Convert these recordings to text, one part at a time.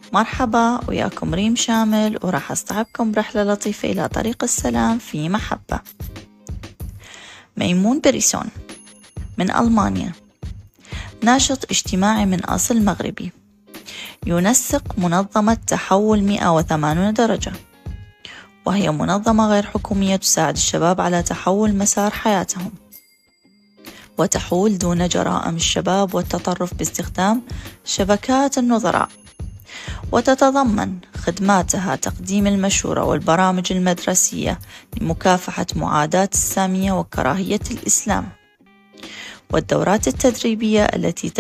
مرحبا، وياكم ريم شامل، وراح أصطحبكم برحلة لطيفة إلى طريق السلام في محبة. ميمون بريسون من ألمانيا، ناشط اجتماعي من أصل مغربي، ينسق منظمة تحول 180 درجة، وهي منظمة غير حكومية تساعد الشباب على تحول مسار حياتهم وتحول دون جرائم الشباب والتطرف باستخدام شبكات النظراء. وتتضمن خدماتها تقديم المشورة والبرامج المدرسية لمكافحة معاداة السامية وكراهية الإسلام، والدورات التدريبية التي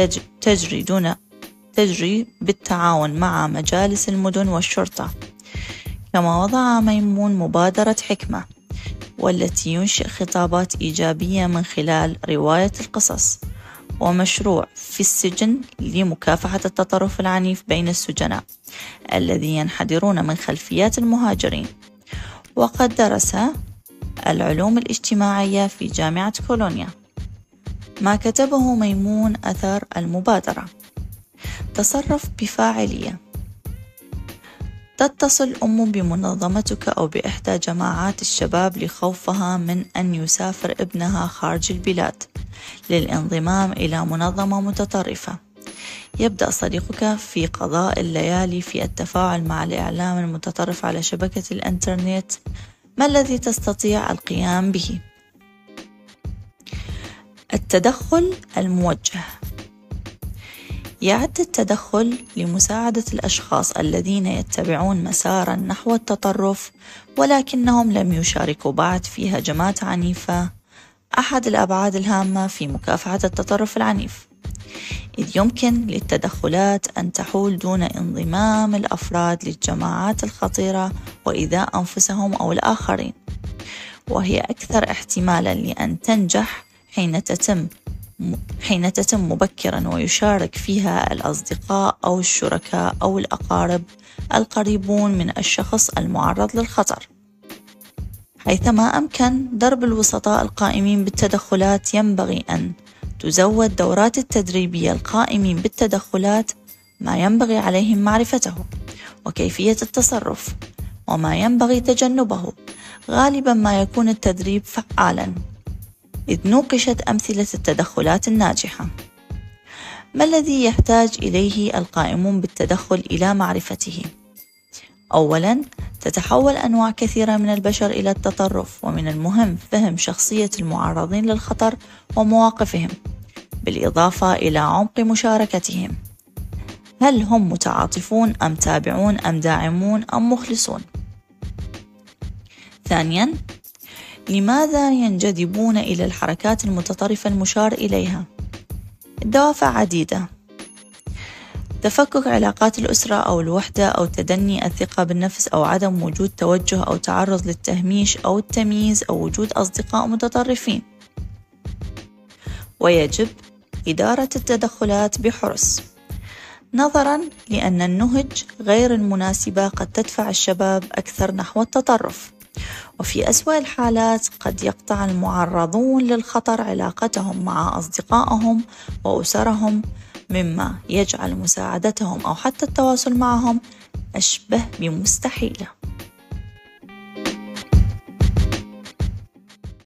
تجري بالتعاون مع مجالس المدن والشرطة. كما وضع ميمون مبادرة حكمة، والتي ينشئ خطابات إيجابية من خلال رواية القصص، ومشروع في السجن لمكافحة التطرف العنيف بين السجناء الذي ينحدرون من خلفيات المهاجرين. وقد درس العلوم الاجتماعية في جامعة كولونيا. ما كتبه ميمون أثر المبادرة: تصرف بفاعلية. تتصل أم بمنظمتك أو بإحدى جماعات الشباب لخوفها من أن يسافر ابنها خارج البلاد للانضمام إلى منظمة متطرفة. يبدأ صديقك في قضاء الليالي في التفاعل مع الإعلام المتطرف على شبكة الإنترنت. ما الذي تستطيع القيام به؟ التدخل الموجه. يعد التدخل لمساعدة الأشخاص الذين يتبعون مسارا نحو التطرف ولكنهم لم يشاركوا بعد في هجمات عنيفة أحد الأبعاد الهامة في مكافحة التطرف العنيف، إذ يمكن للتدخلات أن تحول دون انضمام الأفراد للجماعات الخطيرة وإيذاء أنفسهم أو الآخرين، وهي أكثر احتمالا لأن تنجح حين تتم مبكرا ويشارك فيها الأصدقاء أو الشركاء أو الأقارب القريبون من الشخص المعرض للخطر. حيثما أمكن درب الوسطاء القائمين بالتدخلات، ينبغي أن تزود دورات التدريبية القائمين بالتدخلات ما ينبغي عليهم معرفته وكيفية التصرف وما ينبغي تجنبه. غالبا ما يكون التدريب فعالا، إذ نوقشت أمثلة التدخلات الناجحة. ما الذي يحتاج إليه القائمون بالتدخل إلى معرفته؟ أولاً، تتحول أنواع كثيرة من البشر إلى التطرف، ومن المهم فهم شخصية المعرضين للخطر ومواقفهم، بالإضافة إلى عمق مشاركتهم. هل هم متعاطفون أم تابعون أم داعمون أم مخلصون؟ ثانياً، لماذا ينجذبون إلى الحركات المتطرفة المشار إليها؟ الدوافع عديدة: تفكك علاقات الأسرة أو الوحدة، أو تدني الثقة بالنفس، أو عدم وجود توجه أو تعرض للتهميش أو التمييز، أو وجود أصدقاء متطرفين. ويجب إدارة التدخلات بحرص، نظراً لأن النهج غير المناسبة قد تدفع الشباب أكثر نحو التطرف، وفي أسوأ الحالات قد يقطع المعرضون للخطر علاقتهم مع أصدقائهم وأسرهم، مما يجعل مساعدتهم أو حتى التواصل معهم أشبه بمستحيلة.